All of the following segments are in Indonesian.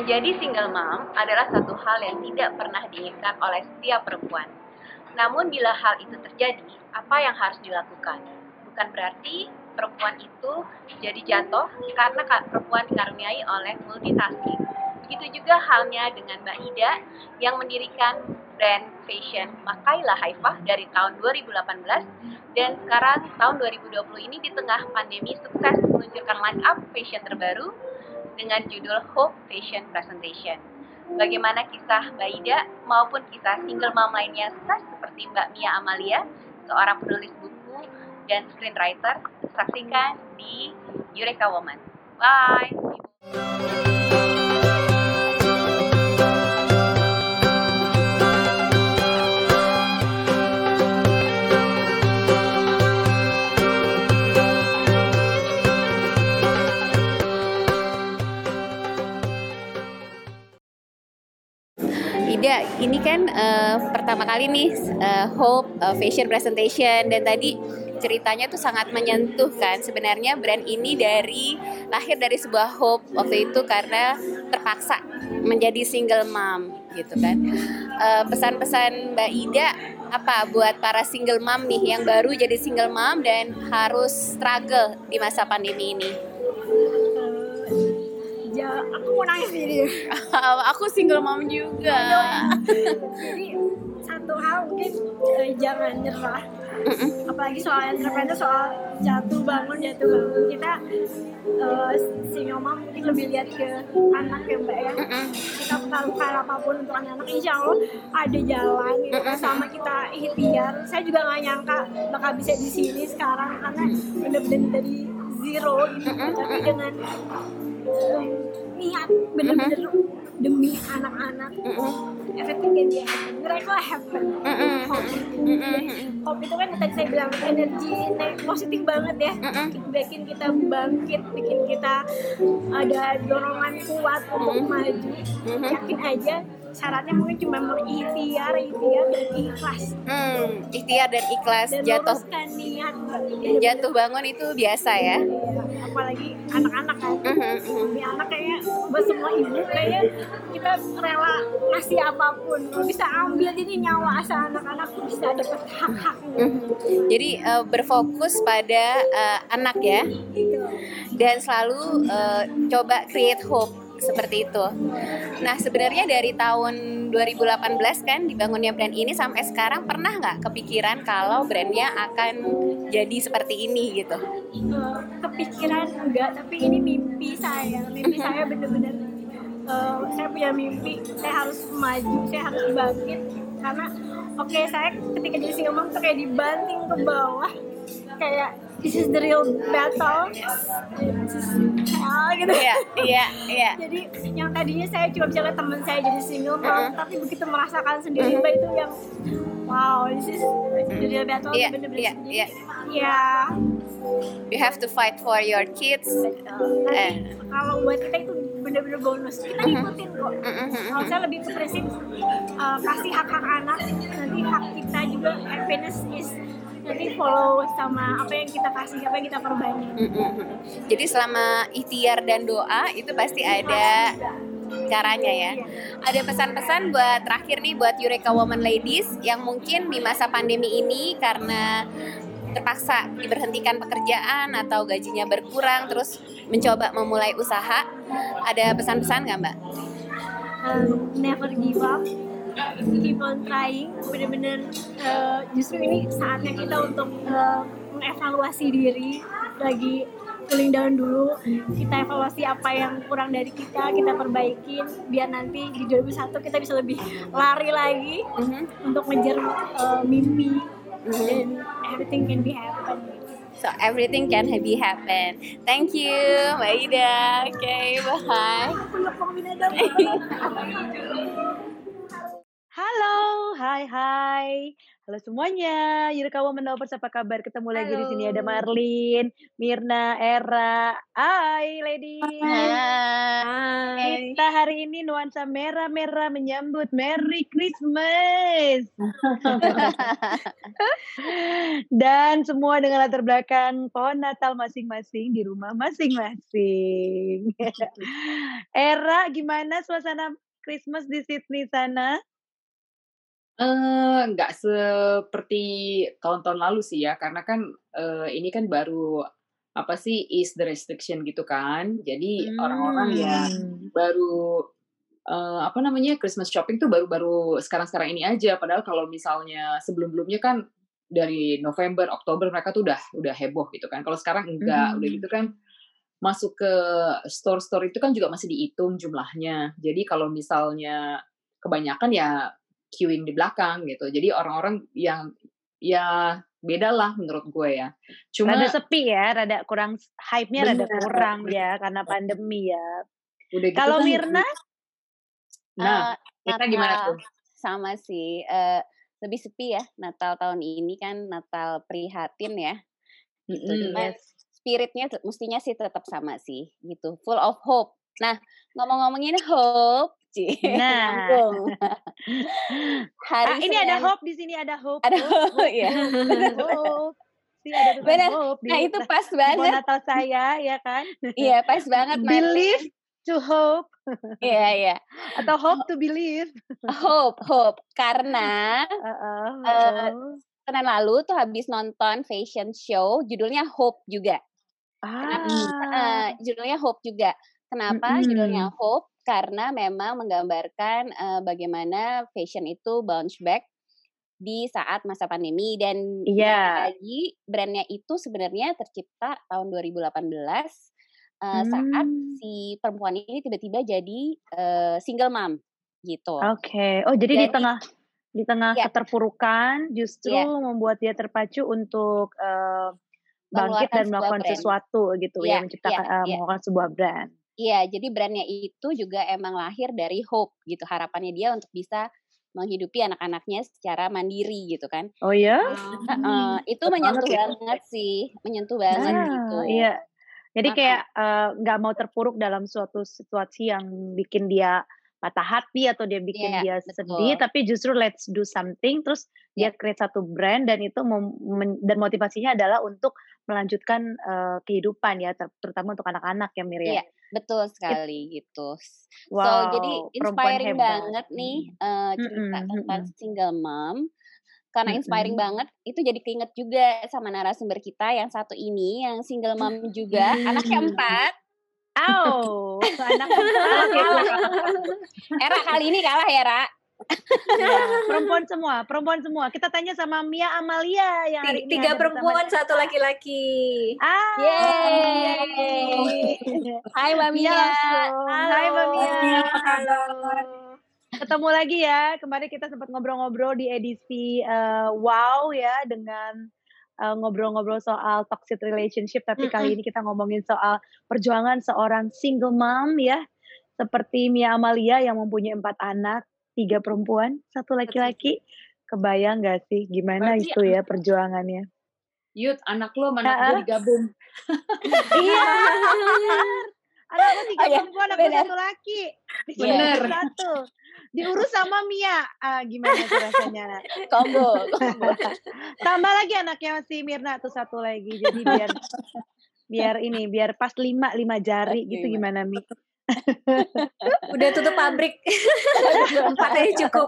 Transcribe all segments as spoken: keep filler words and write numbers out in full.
Menjadi single mom adalah satu hal yang tidak pernah diinginkan oleh setiap perempuan. Namun bila hal itu terjadi, apa yang harus dilakukan? Bukan berarti perempuan itu jadi jatuh karena perempuan dikaruniai oleh multitasking. Begitu juga halnya dengan Mbak Ida yang mendirikan brand fashion Makailah Haifah dari tahun dua ribu delapan belas dan sekarang tahun dua ribu dua puluh ini di tengah pandemi sukses meluncurkan line up fashion terbaru dengan judul Hope Fashion Presentation. Bagaimana kisah Mbak Ida maupun kisah single mom lainnya sukses seperti Mbak Mia Amalia, seorang penulis buku dan screenwriter, saksikan di Eureka Woman. Bye! Ida, ini kan uh, pertama kali nih uh, Hope uh, Fashion Presentation dan tadi ceritanya tuh sangat menyentuh kan. Sebenarnya brand ini dari lahir dari sebuah hope waktu itu karena terpaksa menjadi single mom gitu kan. Uh, pesan-pesan Mbak Ida apa buat para single mom nih yang baru jadi single mom dan harus struggle di masa pandemi ini? Ya, aku mau nangis ini. Aku single mom juga. Jadi satu hal mungkin eh, jangan nyerah. Mm-mm. Apalagi soal entrepreneur, soal jatuh bangun jatuh bangun. Kita uh, single mom mungkin lebih lihat ke anak ya Mbak ya. Mm-mm. Kita taruhkan apapun untuk anak-anak, insya Allah ada jalan gitu. Sama kita ikhtiar. Saya juga nggak nyangka bakal bisa di sini sekarang karena benar-benar dari zero gitu. Tapi dengan uh, niat bener-bener mm-hmm. demi anak-anak, mm-hmm. everything can be happen, miracle happen. Mm-hmm. Hope. Mm-hmm. Hope itu kan tadi saya bilang energi positif banget ya, mm-hmm. bikin kita bangkit, bikin kita ada dorongan kuat untuk mm-hmm. maju. Mm-hmm. Yakin aja. Syaratnya mungkin cuma ikhtiar, ikhtiar dan ikhlas. Hmm, ikhtiar dan ikhlas. Dan jatuh niat. Jatuh bangun itu biasa ya. Apalagi anak-anak kan. Mm-hmm. Anak kayaknya buat semua ibu kayaknya kita rela ngasih apapun. Kalau bisa ambil ini nyawa asal anak-anak bisa dapat hak-haknya. Mm-hmm. Jadi uh, berfokus pada uh, anak ya. Dan selalu uh, coba create hope. Seperti itu. Nah sebenarnya dari tahun dua ribu delapan belas kan dibangunnya brand ini sampai sekarang pernah nggak kepikiran kalau brandnya akan jadi seperti ini gitu? Uh, kepikiran enggak, tapi ini mimpi saya. Mimpi saya benar-benar uh, saya punya mimpi. Saya harus maju, saya harus bangkit karena oke okay, saya ketika jadi single mom tuh kayak dibanting ke bawah kayak this is the real battle. This is hell gitu. Iya, iya, iya. Jadi yang tadinya saya cuma bisa lihat teman saya jadi single mom, uh-huh. tapi begitu merasakan sendiri uh-huh. itu yang wow, this is the real battle. Iya, bener-bener iya, iya. Ya. You have to fight for your kids. Betul. Nanti eh. kalau buat kita itu bener-bener bonus. Kita ngikutin kok. Uh-huh. Kalau saya lebih ke prinsip uh, kasih hak-hak anak, nanti hak kita juga happiness is nanti follow sama apa yang kita kasih, apa yang kita perbanyak. Mm-hmm. Jadi selama ikhtiar dan doa itu pasti ada caranya ya. Ada pesan-pesan buat terakhir nih buat Eureka Woman Ladies yang mungkin di masa pandemi ini karena terpaksa diberhentikan pekerjaan atau gajinya berkurang terus mencoba memulai usaha. Ada pesan-pesan nggak Mbak? Um, never give up. Keep on trying, benar-benar uh, justru ini saatnya kita untuk uh, mengevaluasi diri, lagi cooling down dulu, kita evaluasi apa yang kurang dari kita, kita perbaikin biar nanti di dua ribu satu kita bisa lebih lari lagi mm-hmm. untuk ngejar uh, mimpi mm-hmm. dan everything can be happen. So everything can be happen. Thank you, Mbak Ida. Oke, okay, bye. Halo, hai hai. Halo semuanya, Eureka Woman Lovers apa kabar? Ketemu lagi di sini ada Halo. Marlin, Mirna, Era. Hai ladies. Hai. Hai. Kita hari ini nuansa merah-merah menyambut Merry Christmas. Dan semua dengan latar belakang pohon Natal masing-masing di rumah masing-masing. Era, gimana suasana Christmas di Sydney sana? Eee, nggak seperti tahun-tahun lalu sih ya, karena kan, eee, ini kan baru, apa sih, ease the restriction gitu kan. Jadi orang-orang ya Mmm. baru, eee, apa namanya, Christmas shopping tuh baru-baru sekarang-sekarang ini aja. Padahal kalau misalnya sebelum-sebelumnya kan dari November, Oktober mereka tuh udah udah heboh gitu kan. Kalau sekarang enggak, udah Mhm. gitu kan masuk ke store-store itu kan juga masih dihitung jumlahnya. Jadi kalau misalnya kebanyakan ya queuing di belakang gitu. Jadi orang-orang yang ya bedalah menurut gue ya. Rada Cuma sepi ya, rada kurang hype-nya rada bener kurang bener ya karena pandemi ya. Udah gitu Kalau kan Mirna? Nah, Eee, Mirna gimana Natal tuh? sama sih, eee, lebih sepi ya Natal tahun ini kan Natal prihatin ya, gitu. Mhm. Cuman Yes. spirit-nya te mestinya sih tetap sama sih, gitu, full of hope. Nah, ngomong-ngomongin hope, cie Nah. nyambung. Ah, Hari ini ada Senin hope di sini ada hope ada hope hope hope ya, hope bener bener. hope. Sini ada tulisan Bener, hope nah di itu pas di pohon banget. Natal saya ya kan. Iya, pas banget Believe Marlin. to hope. Iya iya. Atau hope Ho to believe. hope hope, karena, Heeh eee, heeh. Senin lalu tuh habis nonton fashion show judulnya Hope juga. Kenap heeh, Ah. judulnya Hope juga. Kenapa judulnya Mhm. Hope? Karena memang menggambarkan, eee, bagaimana fashion itu bounce back di saat masa pandemi dan Iya. lagi-lagi brand-nya itu sebenarnya tercipta tahun dua ribu delapan belas, eee, saat Mmm. si perempuan ini tiba-tiba jadi, eee, single mom, gitu. Oke. Oh jadi di Jadi tengah di tengah Iya. keterpurukan justru Iya. membuat dia terpacu untuk, eee, bangkit Mengeluarkan dan sebuah melakukan brand. sesuatu gitu ya, Iya iya menciptakan eee, iya. mengeluarkan sebuah brand. Iya, jadi brand-nya itu juga emang lahir dari hope gitu, harapannya dia untuk bisa menghidupi anak-anaknya secara mandiri gitu kan. Oh ya? Heeh, Wow. itu Cepet banget menyentuh ya. banget sih, menyentuh banget Ah, gitu. iya. Jadi Heeh. kayak, eee, nggak mau terpuruk dalam suatu situasi yang bikin dia patah hati atau dia bikin Iya, dia sedih, betul. tapi justru let's do something, terus Iya. dia create satu brand dan itu mem men dan motivasinya adalah untuk melanjutkan, eee, kehidupan ya, ter terutama untuk anak-anak ya, Mir, ya? Iya, betul It sekali gitu. So, jadi Wow, perempuan inspiring hebat. banget nih, Mhm. eee, cerita Mhm tentang mhm. single mom. Karena inspiring Mhm. banget, itu jadi keinget juga sama narasumber kita yang satu ini, yang single mom juga, anaknya Mmm. empat. Aw, anak empat. Kalah kalah. Era kali ini kalah ya, Ra. Iya, perempuan semua perempuan semua. Kita tanya sama Mia Amalia yang hari Ti ini tiga hadir bersama perempuan, satu kita. laki-laki. Ah, Yeay. yeay. Hai Mbak Mia Mia. langsung. Hai Mbak Halo. Mia, Hai, apa halo. kabar? Ketemu lagi ya, kemarin kita sempat ngobrol-ngobrol di edisi, eee, wow ya, dengan, eee, ngobrol-ngobrol soal toxic relationship, tapi kali Mhm. ini kita ngomongin soal perjuangan seorang single mom ya, seperti Mia Amalia yang mempunyai empat anak, tiga perempuan, satu Betul. laki-laki. Kebayang nggak sih gimana Berarti itu ya perjuangannya? Yud, anak lo sama anak gue Heeh. digabung. Iya, bener. Anak lo tiga Oh ya, perempuan, aku bener. satu laki. Iya. Bener. Dijadiin satu. Diurus sama Mia. Ah, gimana tuh rasanya? Combo combo. Tambah lagi anaknya si Mirna tuh satu lagi. Jadi biar biar ini, biar pas lima, lima jari gitu lima. gimana, Mi? Udah tutup pabrik. empat aja cukup.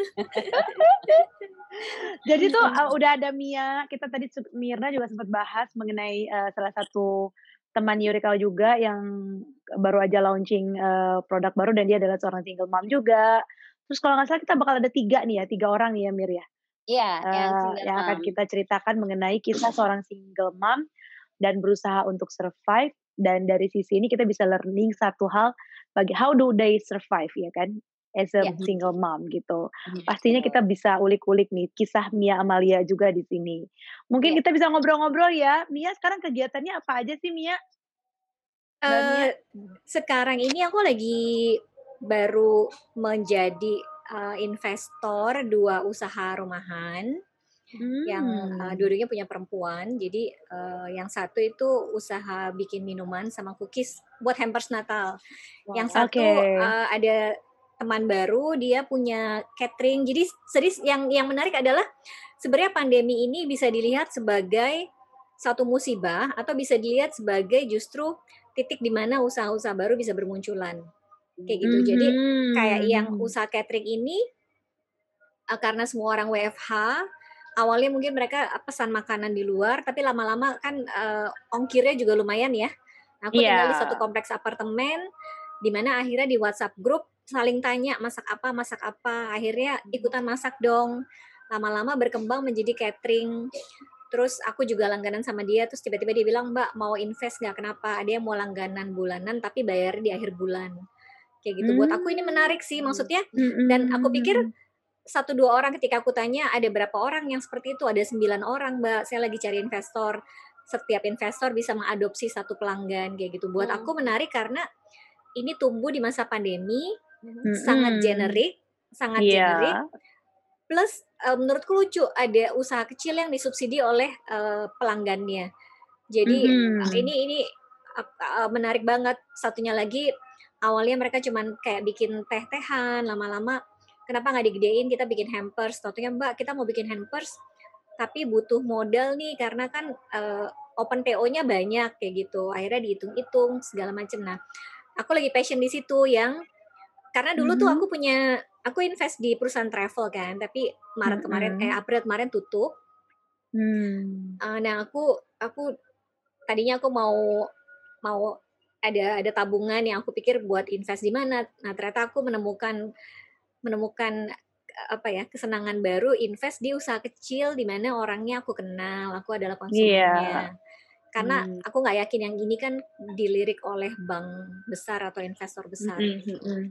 Jadi tuh, eee, udah ada Mia, kita tadi seb Mirna juga sempat bahas mengenai, eee, salah satu teman Eureka juga yang baru aja launching, eee, produk baru dan dia adalah seorang single mom juga. Terus kalau nggak salah kita bakal ada tiga nih ya, tiga orang nih ya, Mir, ya? Iya, yang Eee, single yang akan mom. kita ceritakan mengenai kisah seorang single mom dan berusaha untuk survive, dan dari sisi ini kita bisa learning satu hal, bagi how do they survive ya kan, as a Iya. single mom gitu. Mhm. Pastinya kita Betul. bisa ulik-ulik nih kisah Mia Amalia juga di sini. Mungkin Iya. kita bisa ngobrol-ngobrol ya. Mia sekarang kegiatannya apa aja sih, Mia? Mbak Mia? Eee, sekarang ini aku lagi baru menjadi, eee, investor dua usaha rumahan. yang uh, Hmm. dua-duanya punya perempuan. Jadi uh, yang satu itu usaha bikin minuman sama cookies buat hampers Natal. Yang satu Oke. uh, ada teman baru, dia punya catering. Jadi serius yang yang menarik adalah sebenarnya pandemi ini bisa dilihat sebagai satu musibah atau bisa dilihat sebagai justru titik di mana usaha-usaha baru bisa bermunculan. Kayak gitu. Jadi kayak yang Mhm. usaha catering ini uh, karena semua orang W F H, awalnya mungkin mereka pesan makanan di luar, tapi lama-lama kan uh, ongkirnya juga lumayan ya. Nah, aku tinggal di satu Iya. kompleks apartemen, di mana akhirnya di WhatsApp grup saling tanya masak apa, masak apa. Akhirnya ikutan masak dong. Lama-lama berkembang menjadi catering. Terus aku juga langganan sama dia, terus tiba-tiba dia bilang, Mbak mau invest nggak? Kenapa? Dia mau langganan bulanan, tapi bayar di akhir bulan. Kayak gitu. Buat aku ini menarik sih, maksudnya. Dan aku pikir Mhm. satu dua orang ketika aku tanya ada berapa orang yang seperti itu, ada sembilan orang, Mbak. Saya lagi cari investor. Setiap investor bisa mengadopsi satu pelanggan kayak gitu. Buat aku menarik karena ini tumbuh di masa pandemi, sangat Mhm. generik, sangat generik. Iya. Plus uh, menurutku lucu ada usaha kecil yang disubsidi oleh uh, pelanggannya. Jadi uh, Mhm. ini ini uh, uh, menarik banget. Satunya lagi awalnya mereka cuman kayak bikin teh-tehan, lama-lama kenapa nggak digedein kita bikin hampers. Satunya Mbak kita mau bikin hampers tapi butuh modal nih karena kan uh, open P O-nya banyak kayak gitu. Akhirnya dihitung-hitung segala macam. Nah, aku lagi passion di situ yang karena dulu tuh aku Mhm. punya aku invest di perusahaan travel kan, tapi Maret kemarin eh Mhm. April kemarin tutup. Hmm. Uh, nah aku aku tadinya aku mau mau ada ada tabungan yang aku pikir buat invest di mana. Nah ternyata aku menemukan menemukan apa ya kesenangan baru invest di usaha kecil di mana orangnya aku kenal, aku adalah konsumennya. Iya. Karena Hmm. aku nggak yakin yang ini kan dilirik oleh bank besar atau investor besar. Mhm, mhm.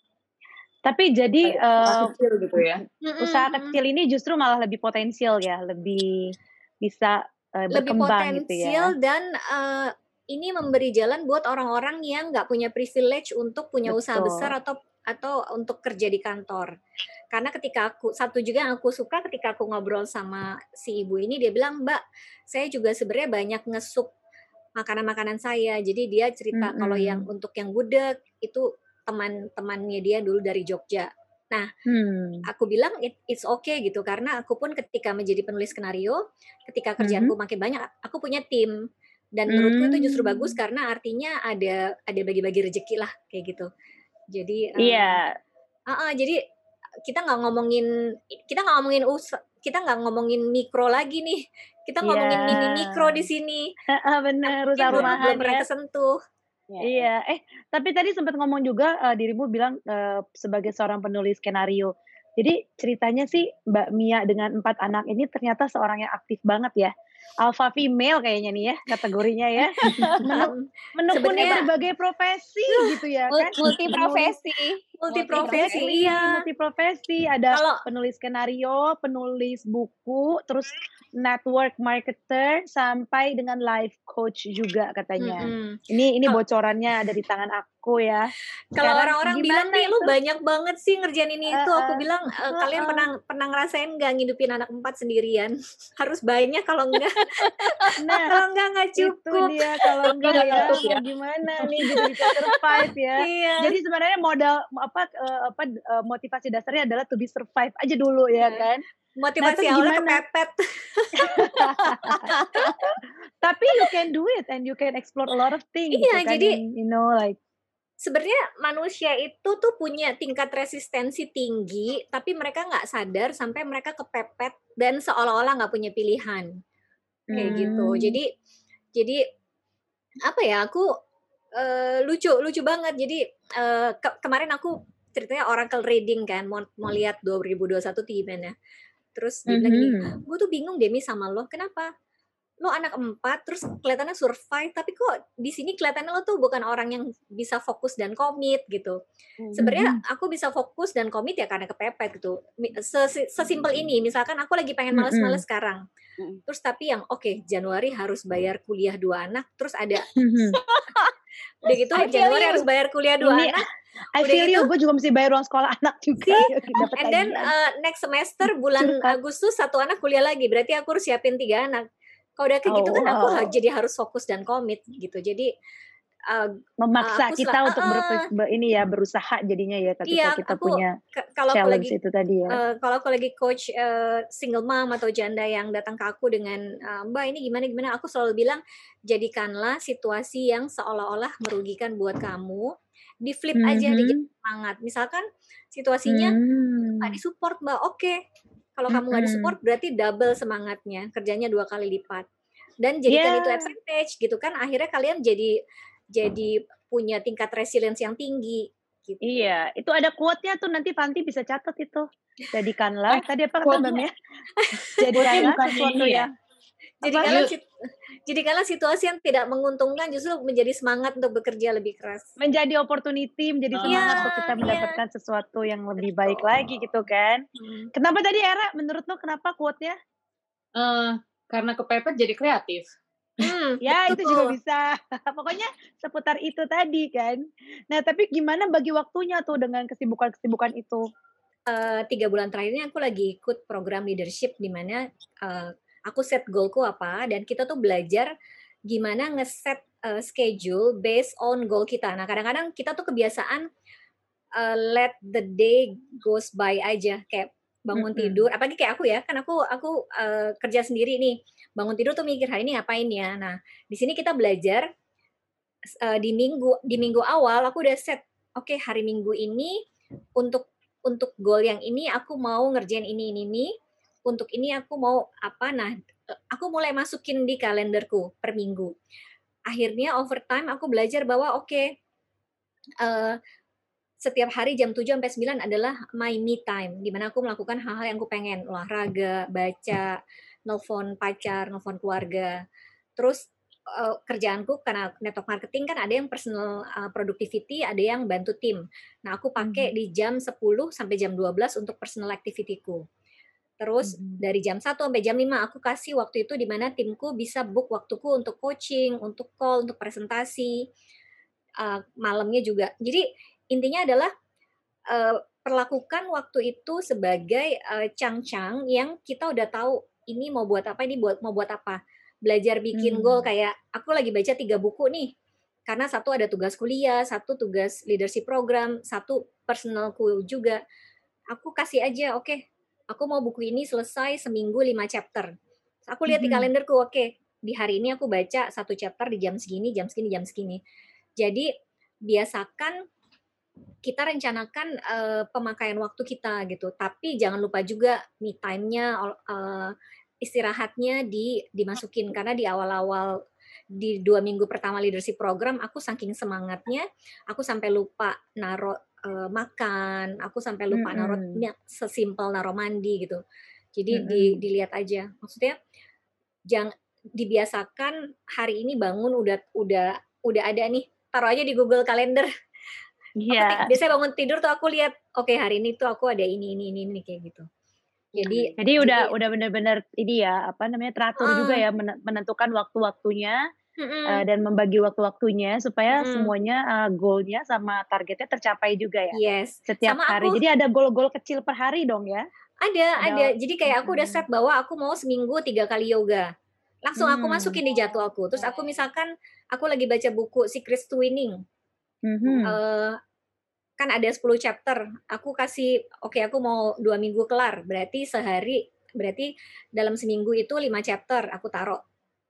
Tapi jadi Kayak usaha uh, kecil gitu ya. usaha Mm-mm. kecil ini justru malah lebih potensial ya, lebih bisa uh, Lebih berkembang gitu ya. potensial dan uh, ini memberi jalan buat orang-orang yang nggak punya privilege untuk punya usaha besar Betul. atau atau untuk kerja di kantor. Karena ketika aku satu juga yang aku suka ketika aku ngobrol sama si ibu ini dia bilang Mbak saya juga sebenarnya banyak ngesup makanan-makanan saya. Jadi dia cerita kalau yang Mhm. untuk yang gudeg itu teman-temannya dia dulu dari Jogja. Nah, Hmm. aku bilang it, it's okay gitu karena aku pun ketika menjadi penulis skenario, ketika kerjaanku Mhm. makin banyak, aku punya tim dan menurutku itu justru bagus Hmm. karena artinya ada ada bagi-bagi rezeki lah kayak gitu. Jadi, uh, Iya. uh, uh, jadi kita nggak ngomongin kita nggak ngomongin us kita nggak ngomongin mikro lagi nih, kita Iya. ngomongin mini mikro di sini. Heeh, Yang bener, mungkin usaha dulu belum rumahan pernah ya. kesentuh. Iya, eh tapi tadi sempat ngomong juga uh, dirimu bilang uh, sebagai seorang penulis skenario. Jadi ceritanya sih Mbak Mia dengan empat anak ini ternyata seorang yang aktif banget ya. Alpha female kayaknya nih ya kategorinya ya. Menu, menekuni Sebenarnya berbagai profesi gitu ya kan. Multi Penulis profesi. multi profesi exactly, iya. multi profesi. Ada Kalau penulis skenario, penulis buku, terus network marketer sampai dengan life coach juga katanya. mm-mm. Ini ini Kalau bocorannya ada di tangan aku ya. Kalau Sekarang orang-orang bilang gimana nih lu itu? banyak banget sih ngerjain ini itu, aku Uh-uh, bilang e, kalian uh-uh. pernah pernah ngerasain nggak ngidupin anak empat sendirian? Harus banyak kalau enggak Nah, kalau enggak nggak itu cukup. dia kalau enggak Nggak ya cukup mau ya. gimana nih gitu bisa survive ya. Iya. Jadi sebenarnya modal apa uh, apa uh, motivasi dasarnya adalah to be survive aja dulu ya Nah, kan. Nah motivasi terus awalnya gimana? kepepet. Tapi you can do it and you can explore a lot of things gitu Iya, kan, jadi and you know like sebenarnya manusia itu tuh punya tingkat resistensi tinggi, tapi mereka nggak sadar sampai mereka kepepet dan seolah-olah nggak punya pilihan. Kayak gitu. hmm, Jadi jadi apa ya? Aku eh, lucu lucu banget. Jadi eh, ke- kemarin aku ceritanya Oracle reading kan, mau mau lihat dua ribu dua puluh satu tuh gimana. Terus dia bilang gini, mhm. gue tuh bingung Demi sama lo, kenapa? Lo anak empat, terus kelihatannya survive, tapi kok di sini kelihatannya lo tuh bukan orang yang bisa fokus dan komit gitu. Sebenarnya Mhm. aku bisa fokus dan komit ya karena kepepet gitu. Mi- ses- Sesimpel ini, misalkan aku lagi pengen Mhm. males-males sekarang, Mm. terus tapi yang oke Januari harus bayar kuliah dua anak, terus ada Mhm. udah gitu I feel Januari you. harus bayar kuliah dua Ini anak, I Udah feel you, gitu, gue juga mesti bayar uang sekolah anak juga. see, Dapat and then tagihan. uh, next semester bulan Curhat. Agustus satu anak kuliah lagi, berarti aku harus siapin tiga anak. Kalau udah kayak gitu Oh kan aku ha- wow. jadi harus fokus dan komit gitu. Jadi uh, uh, Memaksa aku kita sel- uh, untuk ber, uh, ber- ini ya berusaha jadinya ya ketika iya kita aku punya ke- kalau aku challenge lagi itu tadi ya. uh, kalau aku lagi coach uh, single mom atau janda yang datang ke aku dengan uh, Mbak ini gimana gimana, aku selalu bilang jadikanlah situasi yang seolah-olah merugikan buat kamu, di flip aja, dijadi Mhm. semangat. Misalkan situasinya nggak Hmm. disupport Mbak, oke. Kalau kamu nggak disupport Mm-mm. berarti double semangatnya, kerjanya dua kali lipat. Dan jadikan itu Ya, advantage gitu kan, akhirnya kalian jadi jadi punya tingkat resilience yang tinggi gitu. iya. Itu ada quote-nya tuh nanti Fanti bisa catat itu. Eh, Jadikanlah, tadi apa kata Mbak quote-nya Mia? quote-nya Jadikanlah bukannya sesuatu ini ya? yang apa? Jadikanlah You, sit- jadikanlah situasi yang tidak menguntungkan justru menjadi semangat untuk bekerja lebih keras. Menjadi opportunity, menjadi Ah, semangat untuk Iya, kita iya, mendapatkan sesuatu yang lebih baik betul. lagi gitu kan. Hmm. Kenapa tadi Era? Menurut lo kenapa quote-nya? eh, karena kepepet jadi kreatif. Hmm, Ya itu juga betul. bisa. Pokoknya seputar itu tadi kan. Nah tapi gimana bagi waktunya tuh dengan kesibukan-kesibukan itu? Eh, tiga bulan terakhir ini aku lagi ikut program leadership di mana eh, aku set goalku apa dan kita tuh belajar gimana ngeset eh, schedule based on goal kita. Nah kadang-kadang kita tuh kebiasaan eh, let the day goes by aja, kayak bangun Mm-mm. tidur, apalagi kayak aku ya, kan aku aku eh, kerja sendiri nih, bangun tidur tuh mikir hari ini ngapain ya. Nah di sini kita belajar eh, di minggu di minggu awal aku udah set, oke hari Minggu ini untuk untuk goal yang ini aku mau ngerjain ini ini ini, untuk ini aku mau apa. Nah eh, aku mulai masukin di kalenderku per minggu. Akhirnya over time aku belajar bahwa oke eh, setiap hari jam tujuh sampai sembilan adalah my me time, di mana aku melakukan hal-hal yang aku pengen, olahraga, baca, nelfon pacar, nelfon keluarga. Terus eh, kerjaanku karena network marketing kan ada yang personal eh, productivity, ada yang bantu tim. Nah, aku pakai Mhm. di jam sepuluh sampai jam dua belas untuk personal activity-ku. Terus Mhm. dari jam satu sampai jam lima aku kasih waktu itu di mana timku bisa book waktuku untuk coaching, untuk call, untuk presentasi, uh, malamnya juga. Jadi intinya adalah uh, perlakukan waktu itu sebagai uh, cang-cang yang kita udah tahu ini mau buat apa, ini buat mau buat apa. Belajar bikin goal, Hmm. kayak aku lagi baca tiga buku nih. Karena satu ada tugas kuliah, satu tugas leadership program, satu personalku juga. Aku kasih aja, oke, okay, aku mau buku ini selesai seminggu lima chapter. Aku lihat di Mhm. kalenderku, oke, okay, di hari ini aku baca satu chapter di jam segini, jam segini, jam segini. Jadi biasakan kita rencanakan uh, pemakaian waktu kita gitu, tapi jangan lupa juga me time-nya, uh, istirahatnya di dimasukin, karena di awal-awal di dua minggu pertama leadership program aku saking semangatnya aku sampai lupa naro uh, makan, aku sampai lupa naro Mm-mm. sesimpel naro mandi gitu. Jadi di, Mm-mm. dilihat aja, maksudnya jangan dibiasakan hari ini bangun udah udah udah ada nih, taruh aja di Google Calendar. Aku ti- Iya. biasanya bangun tidur tuh aku lihat, oke hari ini tuh aku ada ini ini ini, ini kayak gitu. Jadi Jadi udah jadi udah benar-benar ini ya apa namanya teratur juga uh, ya men- menentukan waktu-waktunya mm-mm, uh, dan membagi waktu-waktunya supaya mm-mm, semuanya uh, goalnya sama targetnya tercapai juga ya yes. setiap Sama hari. aku Jadi ada goal-goal kecil per hari dong ya. ada ada. Ada. Jadi kayak aku udah Mm-mm. set bahwa aku mau seminggu tiga kali yoga. Langsung aku Hmm. masukin di jadwalku. Terus aku misalkan aku lagi baca buku Secrets to Winning. Mhm. Uh, kan ada sepuluh chapter. Aku kasih, oke okay, aku mau dua minggu kelar. Berarti sehari, berarti dalam seminggu itu lima chapter aku taruh.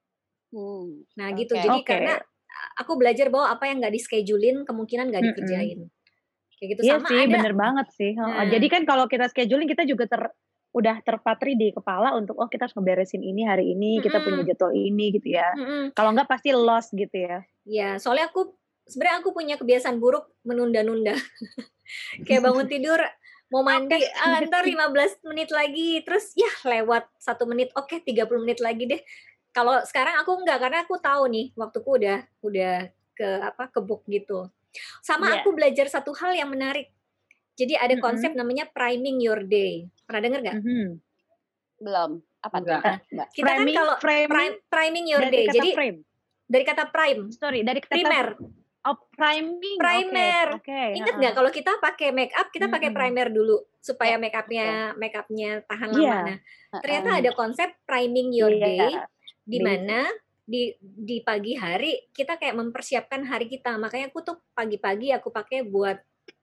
Hmm. Nah gitu. Oke. Jadi Oke. karena aku belajar bahwa apa yang nggak di-schedulein kemungkinan nggak Mm-mm. dikerjain. Kayak gitu. Iya Sama sih, ada. bener banget sih. Oh, Nah, jadi kan kalau kita scheduling kita juga ter udah terpatri di kepala untuk oh kita harus ngeberesin ini hari ini, kita punya mm-mm, jadwal ini gitu ya. mm-mm. Kalau enggak pasti lost gitu ya. Ya, soalnya aku sebenarnya aku punya kebiasaan buruk menunda-nunda. Kayak bangun tidur mau mandi, ah, ntar lima belas menit lagi, terus ya lewat satu menit, oke okay, tiga puluh menit lagi deh. Kalau sekarang aku enggak, karena aku tahu nih waktuku udah udah ke apa ke book gitu. Sama Iya. aku belajar satu hal yang menarik. Jadi ada Mm-mm. konsep namanya priming your day. Pernah dengar nggak? Mhm. Belum. Apa tuh? Enggak. Mbak? Kita kan Framing, kalau framing prime, priming your dari day. kata Jadi frame. dari kata prime, Sorry, dari kata primer. Oh, priming. Primer. Oke. Okay. Ingat Okay. nggak kalau kita pakai make up, kita pakai Mm-mm. primer dulu supaya Ya, make upnya make upnya tahan lama. Iya. Nah, ternyata Heeh. ada konsep priming your day Iya. di Basic. mana di di pagi hari kita kayak mempersiapkan hari kita. Makanya aku tuh pagi-pagi aku pakai buat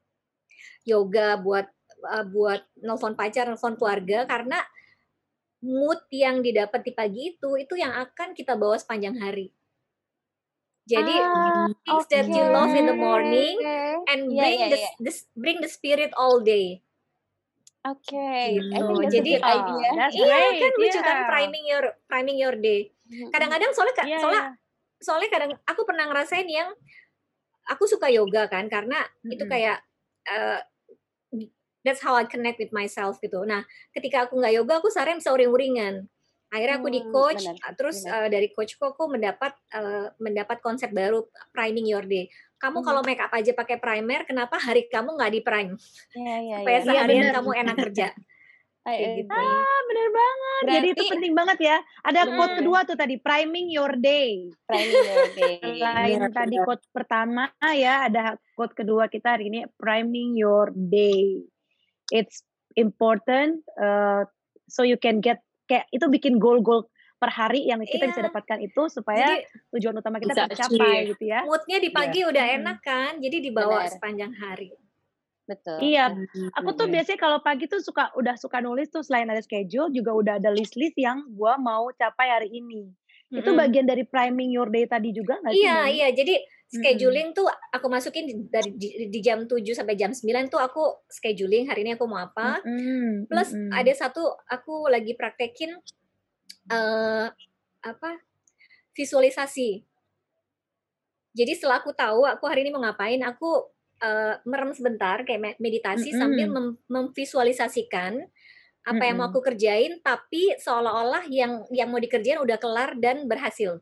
yoga, buat uh, buat nelfon pacar, nelfon keluarga, karena mood yang didapat di pagi itu itu yang akan kita bawa sepanjang hari. Jadi Ah, things oke. that you love in the morning and Iya, bring iya, the, iya. the bring the spirit all day. Oke. I Gitu. think that's a Jadi good Oh, idea. that's iya great. kan lucu kan Yeah. priming your priming your day. Mm-mm. Kadang-kadang soalnya ka- Iya, soalnya iya. soalnya kadang aku pernah ngerasain yang aku suka yoga kan karena itu Mm-mm. kayak uh, that's how I connect with myself gitu. Nah, ketika aku nggak yoga aku seharian bisa uring-uringan. Akhirnya aku di Hmm, coach, benar, uh, terus benar. uh, dari coachku aku mendapat uh, mendapat konsep baru priming your day. Kamu Hmm. kalau make up aja pakai primer, kenapa hari kamu nggak di prime? Iya, iya, Supaya iya. Iya, seharian bener. kamu enak kerja. I Kayak gitu. agree. Ah, bener banget. Jadi itu Berarti penting banget ya. Ada quote benar. kedua tuh tadi, priming your day. Priming your day. Selain Benar, tadi benar. quote pertama ya, ada quote kedua kita hari ini, priming your day. It's important uh, so you can get, kayak itu bikin goal-goal per hari yang kita bisa Iya. dapatkan itu supaya Jadi tujuan utama kita Bisa tercapai achieve. gitu ya. moodnya di Iya. pagi udah Mm-mm. enak kan, jadi dibawa Benar. sepanjang hari. Betul. Iya, Hmm. aku tuh biasanya kalau pagi tuh suka udah suka nulis tuh selain ada schedule juga udah ada list-list yang gua mau capai hari ini. Itu Mm-mm. bagian dari priming your day tadi juga nggak sih, Iya, Mbak Uni? iya. Jadi Mm-mm. scheduling tuh aku masukin di- dari di, di jam tujuh sampai jam sembilan tuh aku scheduling hari ini aku mau apa. Mm-mm, Plus mm-mm. ada satu aku lagi praktekin eh apa? Visualisasi. Jadi setelah aku tahu aku hari ini mau ngapain, aku eh, merem sebentar kayak me- meditasi sambil Mm-mm. mem- memvisualisasikan apa yang mau Mm-mm. aku kerjain, tapi seolah-olah yang yang mau dikerjain udah kelar dan berhasil.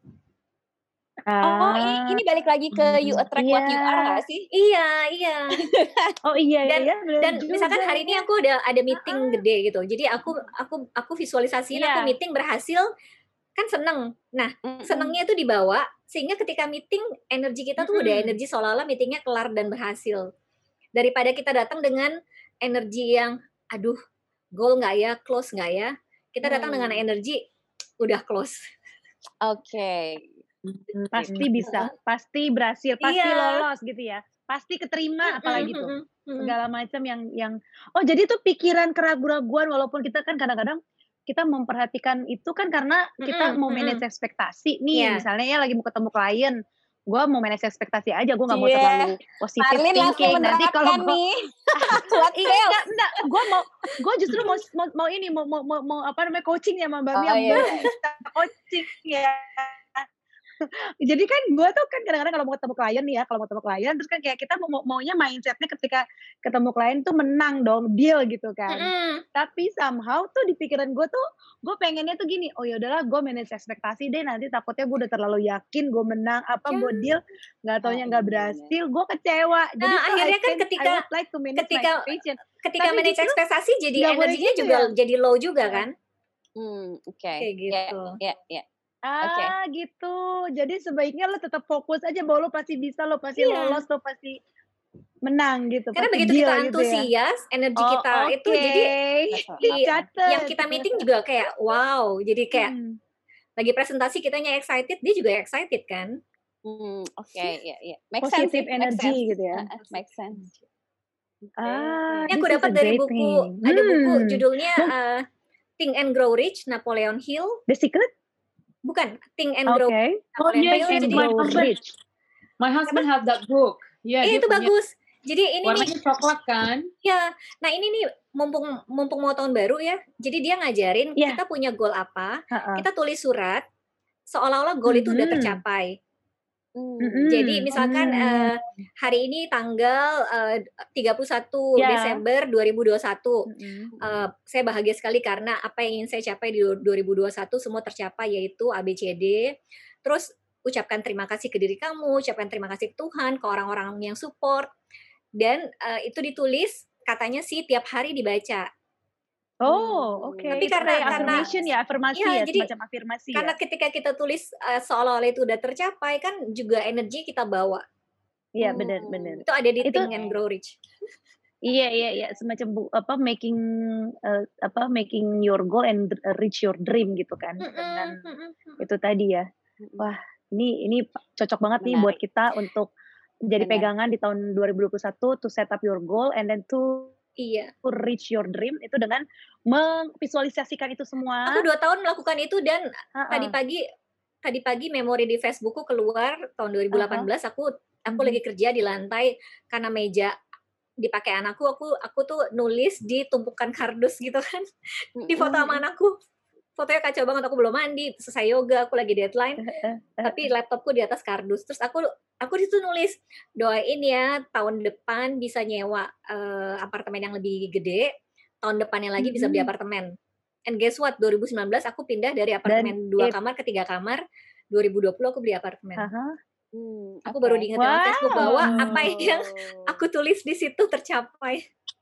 Oh, ini, Ah, ini balik lagi ke you attract what you are iya. nggak sih? Iya, iya. Oh iya Dan iya bener dan misalkan juga hari ini ya. aku ada ada meeting gede gitu. Jadi aku aku aku visualisasiin aku Iya. meeting berhasil, kan seneng. Nah, Mm-mm. senengnya itu dibawa sehingga ketika meeting energi kita tuh udah Mm-mm. energi seolah-olah meetingnya kelar dan berhasil. Daripada kita datang dengan energi yang aduh goal nggak ya, close nggak ya, kita datang dengan Hmm. energi udah close. Oke. Pasti bisa, pasti berhasil, pasti Iya. lolos gitu ya. Pasti keterima apalagi tuh. Mm-mm, mm-mm. Segala macam yang yang oh jadi tuh pikiran keraguan-raguan walaupun kita kan kadang-kadang kita memperhatikan itu kan karena kita Mm-mm, mau mm-mm. manage ekspektasi nih. Iya. Misalnya ya lagi mau ketemu klien, gue mau manage ekspektasi aja, gue nggak mau Cie, terlalu positive Marlin langsung thinking. Nanti kalau menerapkan gue nih. What Iya, sales? enggak, enggak. Gue mau, gue justru mau, mau, mau ini, mau, mau, mau, mau apa namanya coaching ya sama Mbak Oh Mia, iya, mau iya. bisa coaching ya. Jadi kan gue tuh kan kadang-kadang kalau mau ketemu klien nih ya, kalau mau ketemu klien terus kan kayak kita mau maunya mindsetnya ketika ketemu klien tuh menang dong, deal gitu kan. Mm-mm. Tapi somehow tuh di pikiran gue tuh gue pengennya tuh gini, oh yaudahlah gue manage ekspektasi deh, nanti takutnya gue udah terlalu yakin gue menang apa Ya. gue deal, nggak taunya Oh, nggak iya, berhasil, gue kecewa. Jadi Nah, tuh I akhirnya kan can, I ketika would like to manage ketika my expectation. ketika Tapi manage justru ekspektasi jadi nggak boleh energinya gitu juga ya. jadi low juga kan? Hmm, oke. Kayak Ya, gitu. ya, ya. Oke. Ah gitu. Jadi sebaiknya lo tetap fokus aja bahwa lo pasti bisa, lo pasti Iya. lolos, lo pasti menang gitu, Karena pasti begitu deal kita gitu ya. antusias, energi Oh kita itu oke, jadi Betul, di betul. catet. yang kita meeting juga kayak wow. Jadi kayak Hmm. lagi presentasi kitanya excited, dia juga excited kan? Hmm, oke, ya, ya. Make sense Positive sih, make energy sense. gitu ya. Uh, uh, make sense. Ah, Ini aku this is dapat a dari great buku, thing. ada buku Hmm. judulnya Mung- uh, Think and Grow Rich, Napoleon Hill. The Secret? Bukan, Think and Oke. Grow Oh Napoleon yes, Hill. yes, Jadi my Grow husband, rich. my husband have that book. eh, Iya, dia itu punya. bagus. Jadi ini nih, Warnanya coklat kan? ya. Nah ini nih mumpung mumpung mau tahun baru ya. Jadi dia ngajarin Iya. kita punya goal apa, Ha-ha. kita tulis surat seolah-olah goal itu udah Mhm. tercapai. Hmm. Mm-mm. Jadi misalkan Mm. eh, hari ini tanggal eh, tiga puluh satu Ya. Desember dua ribu dua puluh satu. Mm-mm. Eh, saya bahagia sekali karena apa yang ingin saya capai di dua ribu dua puluh satu semua tercapai, yaitu A B C D. Terus ucapkan terima kasih ke diri kamu, ucapkan terima kasih ke Tuhan, ke orang-orang yang support. Dan eh, itu ditulis katanya sih tiap hari dibaca. Oh, oke. Tapi Itu karena- kayak karena- affirmation ya, afirmasi Iya, ya, jadi semacam afirmasi Karena ya. ketika kita tulis eh, seolah-olah itu udah tercapai kan juga energi kita bawa. Iya, Oh. benar benar. Itu ada di Itu Think and Grow Rich. iya iya iya, semacam bu apa, making, eee, apa, making your goal and uh, reach your dream gitu kan, Mhm dengan mhm mhm. itu tadi ya. Mhm. Wah, ini ini cocok banget nih buat Menarik. kita untuk jadi Benar. pegangan di tahun dua ribu dua puluh satu to set up your goal and then to Iya. reach your dream itu dengan memvisualisasikan itu Aku semua. dua tahun melakukan itu dan tadi Heeh. pagi tadi pagi memori di Facebookku keluar tahun dua ribu delapan Aha. belas aku aku Mhm. lagi kerja di lantai karena meja dipakai anakku, aku aku tuh nulis di tumpukan kardus gitu kan. Di foto sama Mhm. anakku. Fotonya kacau banget, aku belum mandi, selesai yoga, aku lagi deadline, Heeh tapi heeh. laptopku di atas kardus. Terus aku aku di situ nulis, doain ya tahun depan bisa nyewa eh, apartemen yang lebih gede, tahun depannya lagi bisa beli Mhm. apartemen. And guess what? dua ribu sembilan belas aku pindah dari Dan apartemen dua it kamar ke tiga kamar. dua ribu dua puluh aku beli apartemen. Aha. Hmm, Aku oke. baru diingetin sama Facebook bahwa apa yang Wow. aku tulis di situ tercapai.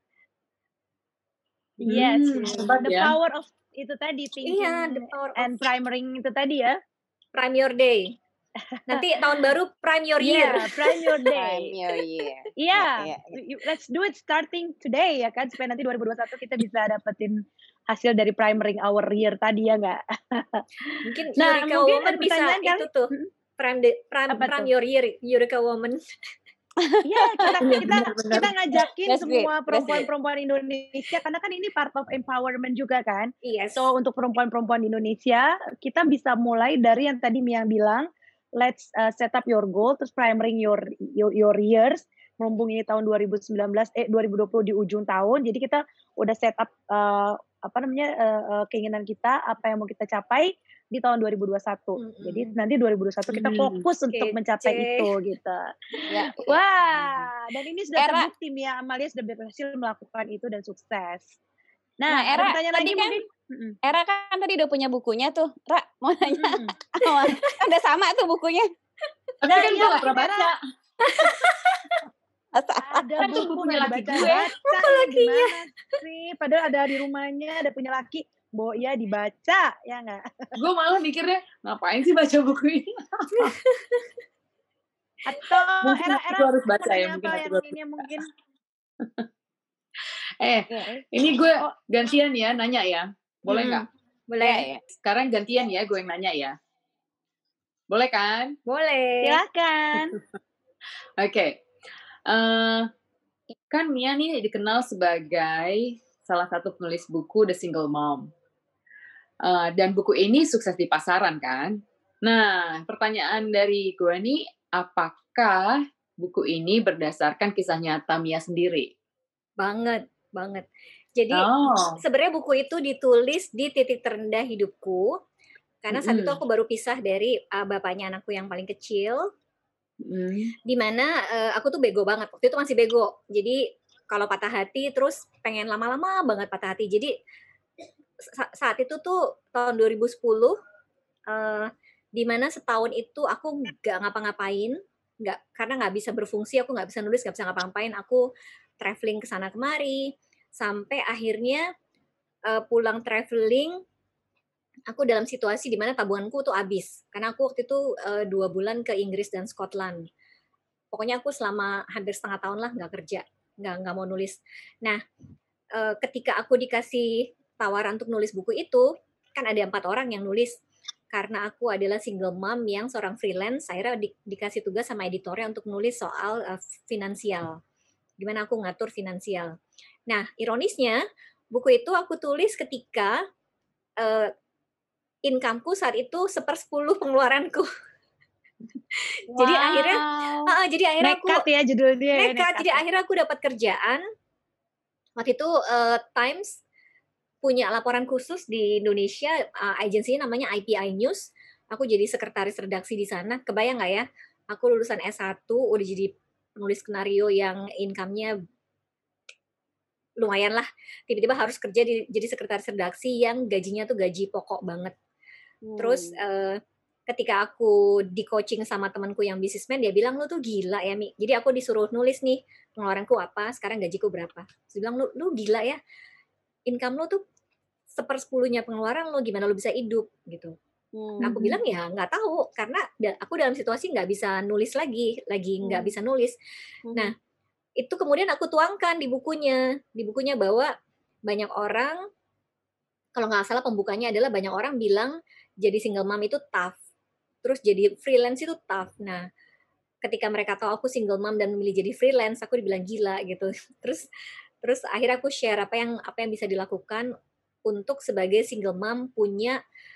Yes, Hmm, hebat the ya. power of itu tadi, Iya, the thinking power of and primering itu tadi ya. prime your day. Nanti tahun baru prime your year. Yeah, prime your Prime day. your year. Iya, Iya, iya, iya. you- let's do it starting today ya kan, supaya nanti dua ribu dua puluh satu kita bisa dapetin hasil dari primering our year tadi ya nggak? Mungkin Nah, Eureka mungkin Woman ada bisa pertanyaan kali. itu tuh. Mhm. Prime the, prime, Apa prime tuh? your year, Eureka Woman. Iya, kita Iya, kita benar-benar. kita ngajakin That's great. semua That's great. perempuan-perempuan Indonesia karena kan ini part of empowerment juga kan. Yes. So untuk perempuan-perempuan di Indonesia, kita bisa mulai dari yang tadi Mia bilang, let's uh, set up your goal, terus primering your your, your years, mumpung ini tahun dua ribu sembilan belas eh dua ribu dua puluh di ujung tahun. Jadi kita udah set up uh, apa namanya uh, uh, keinginan kita, apa yang mau kita capai di tahun dua ribu dua puluh satu. Mm-mm. Jadi nanti dua ribu dua puluh satu kita Hmm. fokus untuk Kece. mencapai itu gitu. Ya, ya. Wah, dan ini sudah Era, terbukti Mia Amalia sudah berhasil melakukan itu dan sukses. nah Nah, ada Era pertanyaan tadi lagi kan, mungkin? Mm-mm. Era kan tadi udah punya bukunya tuh. Ra, mau nanya, Mm-mm. awal. Udah sama tuh bukunya. Tapi Nah, kan iya gue gak mungkin pernah Era baca. Asa- ada Kan tuh buku bukunya nggak laki gue. dibaca-baca nih gimana sih? Padahal ada di rumahnya, ada punya laki. Bo, ya dibaca, ya nggak? Gue malah mikirnya, ngapain sih baca buku ini? Atau Mungkin Era nanti Era gue harus mau baca ya. nanya Mungkin apa nanti yang gue ini mungkin? Eh, Ya, ini gue Oh, gantian ya, nanya ya. Boleh Mm-mm. nggak? ya, Boleh. ya. Sekarang gantian ya, gue yang nanya ya. Boleh kan? Boleh. silakan. Oke. Eh, kan Mia nih dikenal sebagai salah satu penulis buku The Single Mom. Eh, dan buku ini sukses di pasaran kan? Nah, pertanyaan dari gue nih, apakah buku ini berdasarkan kisah nyata Mia sendiri? Banget, banget. Jadi Oh. sebenarnya buku itu ditulis di titik terendah hidupku karena saat itu Mm-mm. aku baru pisah dari uh, bapaknya anakku yang paling kecil, Mm. di mana uh, aku tuh bego banget. Waktu itu masih bego. Jadi kalau patah hati terus pengen lama-lama banget patah hati. Jadi sa- saat itu tuh tahun dua ribu sepuluh uh, di mana setahun itu aku nggak ngapa-ngapain, nggak karena nggak bisa berfungsi, aku nggak bisa nulis, nggak bisa ngapa-ngapain. Aku traveling ke sana kemari sampai akhirnya uh, pulang traveling aku dalam situasi di mana tabunganku tuh habis karena aku waktu itu uh, dua bulan ke Inggris dan Scotland. Pokoknya aku selama hampir setengah tahun lah nggak kerja, nggak nggak mau nulis. Nah, uh, ketika aku dikasih tawaran untuk nulis buku itu, kan ada empat orang yang nulis. Karena aku adalah single mom yang seorang freelance, akhirnya di, dikasih tugas sama editornya untuk nulis soal uh, finansial. Gimana aku ngatur finansial. Nah, ironisnya, buku itu aku tulis ketika uh, income-ku saat itu sepersepuluh pengeluaranku. Jadi Wow. akhirnya, uh, jadi akhirnya aku Nekat ya judulnya ya, nekat. nekat. Jadi akhirnya aku dapat kerjaan. Waktu itu uh, Times punya laporan khusus di Indonesia, uh, agensinya namanya I P I News. Aku jadi sekretaris redaksi di sana. Kebayang nggak ya? Aku lulusan S satu, udah jadi penulis skenario yang income-nya lumayan lah. Tiba-tiba harus kerja di, jadi sekretaris redaksi yang gajinya tuh gaji pokok banget. Terus uh, ketika aku di coaching sama temanku yang bisnismen, dia bilang, lu tuh gila ya, Mi. Jadi aku disuruh nulis nih, pengeluaranku apa, sekarang gajiku berapa. Terus dia bilang, lu, lu gila ya. Income lu tuh sepersepuluhnya pengeluaran lo, gimana lo bisa hidup gitu. Nah, aku Hmm. bilang ya nggak tahu karena da- aku dalam situasi nggak bisa nulis lagi, lagi nggak Hmm. bisa nulis. Hmm. Nah, itu kemudian aku tuangkan di bukunya, di bukunya bahwa banyak orang, kalau nggak salah pembukanya adalah banyak orang bilang jadi single mom itu tough, terus jadi freelance itu tough. Nah, ketika mereka tahu aku single mom dan memilih jadi freelance, aku dibilang gila gitu. Terus terus akhirnya aku share apa yang apa yang bisa dilakukan untuk sebagai single mom punya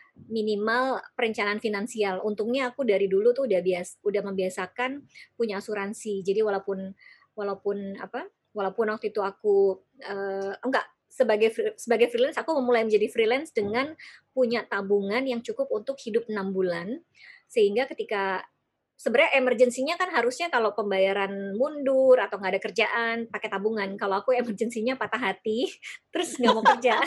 minimal perencanaan finansial. Untungnya aku dari dulu tuh udah bias udah membiasakan punya asuransi. Jadi walaupun walaupun apa? Walaupun waktu itu aku eh, enggak sebagai fre- sebagai freelance aku memulai menjadi freelance dengan punya tabungan yang cukup untuk hidup enam bulan, sehingga ketika sebenarnya emergensinya kan harusnya kalau pembayaran mundur atau nggak ada kerjaan pakai tabungan. Kalau aku emergensinya patah hati terus nggak mau kerja.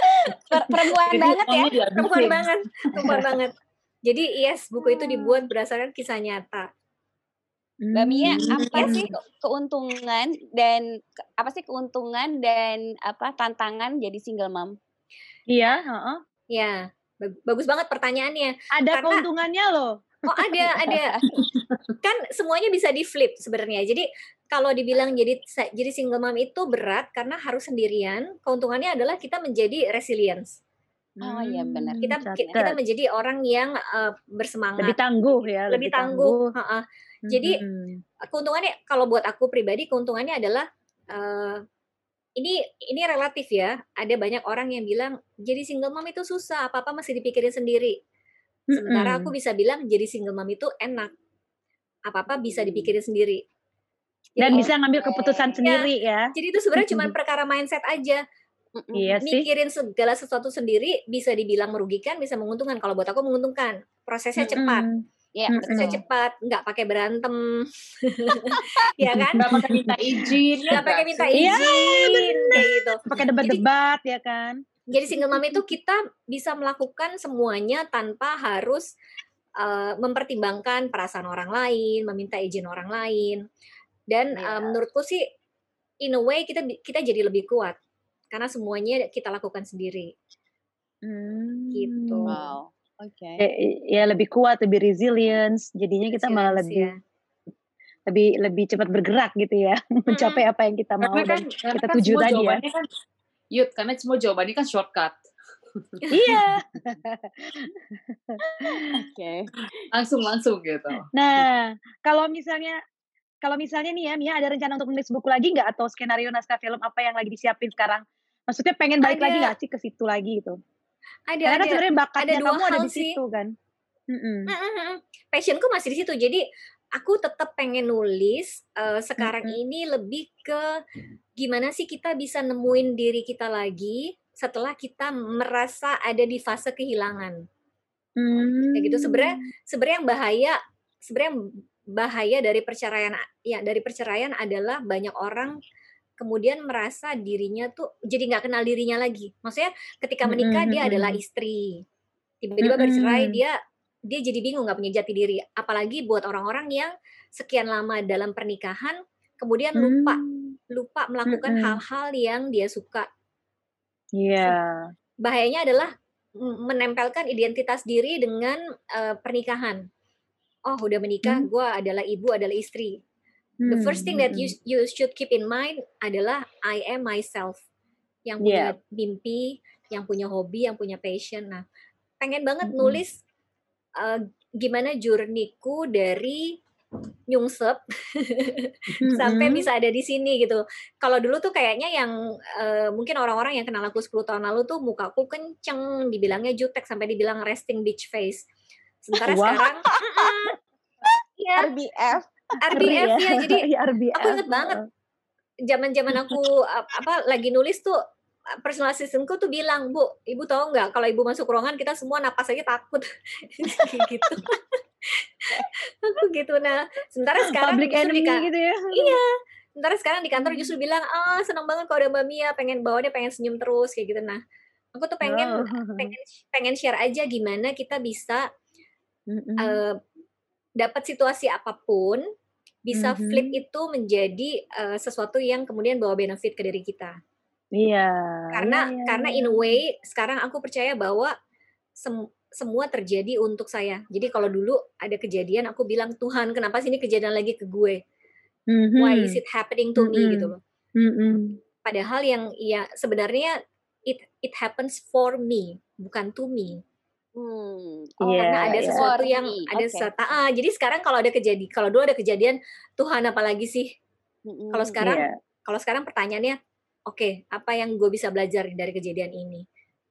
Per- perempuan Jadi banget ya. uangnya Perempuan dihabisin. banget, perempuan banget. Jadi yes, buku itu dibuat berdasarkan kisah nyata. Mbak Mia, apa Yes. sih ke- keuntungan dan ke- apa sih keuntungan dan apa tantangan jadi single mom? Iya, heeh. Ya, bag- bagus banget pertanyaannya. Ada Karena- keuntungannya loh. Oh ada, ada. Kan semuanya bisa di flip sebenarnya. Jadi kalau dibilang jadi jadi single mom itu berat karena harus sendirian. Keuntungannya adalah kita menjadi resilience. Oh iya benar. Hmm, Kita catat. kita menjadi orang yang uh, bersemangat. Lebih tangguh ya, lebih tangguh. tangguh. Ha-ha. Jadi Mm-mm. keuntungannya kalau buat aku pribadi keuntungannya adalah uh, ini ini relatif ya. Ada banyak orang yang bilang jadi single mom itu susah, apa-apa masih dipikirin sendiri. Sementara Mm-mm. aku bisa bilang jadi single mom itu enak. Apa-apa bisa dipikirin sendiri. Jadi, Dan oh, bisa ngambil keputusan sendiri ya. jadi itu sebenarnya cuma perkara mindset aja. Mm-mm. Iya sih. Mikirin segala sesuatu sendiri bisa dibilang merugikan, bisa menguntungkan. Kalau buat aku menguntungkan. Prosesnya cepat. Mm-mm. Ya, Mm-mm. Prosesnya betul. cepat, nggak pakai berantem. Ya kan? Nggak pakai minta izin. ya Nggak pakai nggak minta sih? Iya, izin kayak gitu. Pakai debat-debat ya kan. Jadi single mom itu kita bisa melakukan semuanya tanpa harus uh, mempertimbangkan perasaan orang lain, meminta izin orang lain. Dan Iya. uh, menurutku sih in a way kita kita jadi lebih kuat karena semuanya kita lakukan sendiri. Hmm. Gitu. Wow. Oke. Ya, ya lebih kuat, lebih resilience. Jadinya kita malah Resilience, lebih ya. lebih lebih cepat bergerak gitu ya, mencapai apa yang kita mau Karena kan, dan karena kita kan tuju semua tadi ya. jawabannya kan, Yud, karena semua jawabannya kan shortcut. Iya. Oke. Langsung langsung gitu. Nah, kalau misalnya kalau misalnya nih ya, Mia ada rencana untuk menulis buku lagi nggak atau skenario naskah film apa yang lagi disiapin sekarang? Maksudnya pengen balik Ada. lagi nggak sih ke situ lagi gitu? Ada Karena kan ada sebenarnya bakatnya ada dua kamu ada hal di sih. situ kan. Mm-mm. Mm-mm. Passionku masih di situ. Jadi aku tetap pengen nulis. Uh, sekarang Mm-mm. ini lebih ke gimana sih kita bisa nemuin diri kita lagi setelah kita merasa ada di fase kehilangan. Hmm. Kayak gitu. Sebenarnya sebenarnya yang bahaya sebenarnya yang bahaya dari perceraian ya dari perceraian adalah banyak orang kemudian merasa dirinya tuh jadi nggak kenal dirinya lagi. Maksudnya ketika menikah Mm-mm, dia mm-mm. adalah istri, tiba-tiba Mm-mm. bercerai dia dia jadi bingung nggak punya jati diri. Apalagi buat orang-orang yang sekian lama dalam pernikahan kemudian lupa Hmm. lupa melakukan Mm-mm. hal-hal yang dia suka. Iya. Bahayanya adalah m- menempelkan identitas diri dengan uh, pernikahan. Oh udah menikah, Hmm. gue adalah ibu, adalah istri. The Hmm, first thing that you mm-mm. you should keep in mind adalah I am myself, yang punya Iya. mimpi, yang punya hobi, yang punya passion. Nah, pengen banget Mm-mm. nulis uh, gimana journey-ku dari nyungsep sampai Mm-mm. bisa ada di sini gitu. Kalau dulu tuh kayaknya yang uh, mungkin orang-orang yang kenal aku sepuluh tahun lalu tuh mukaku kenceng, dibilangnya jutek sampai dibilang resting bitch face. Sementara Wah. sekarang iya, R B F. R B Ngeri F ya. Jadi Iya, R B F. aku inget banget zaman-zaman aku ap- apa lagi nulis tuh personal assistant-ku tuh bilang, Bu, ibu tahu nggak kalau ibu masuk ruangan kita semua napas aja takut. Kayak gitu. Aku gitu. Nah, sementara sekarang Public justru di enemy ka- gitu ya. iya. Sementara sekarang di kantor justru bilang, ah senang banget kalau ada Mbak Mia, pengen bawaannya pengen senyum terus kayak gitu. Nah, aku tuh pengen Oh. pengen pengen share aja gimana kita bisa Mm-mm. uh, dapat situasi apapun bisa Mhm. flip itu menjadi uh, sesuatu yang kemudian bawa benefit ke diri kita. Iya. Karena iya, iya, karena iya. in a way sekarang aku percaya bahwa sem- semua terjadi untuk saya. Jadi kalau dulu ada kejadian, aku bilang, Tuhan, kenapa sih ini kejadian lagi ke gue? Why is Mhm. it happening to me gitu Mhm. loh. Mhm. Padahal yang ya sebenarnya it it happens for me, bukan to me. Hmm, Iya, Karena ada iya. sesuatu for yang me. ada Oke. sesuatu, ah, jadi sekarang kalau ada kejadian, kalau dulu ada kejadian, Tuhan apalagi sih? Kalau Mm-mm. sekarang, Iya. kalau sekarang pertanyaannya, oke, apa yang gue bisa belajar dari kejadian ini?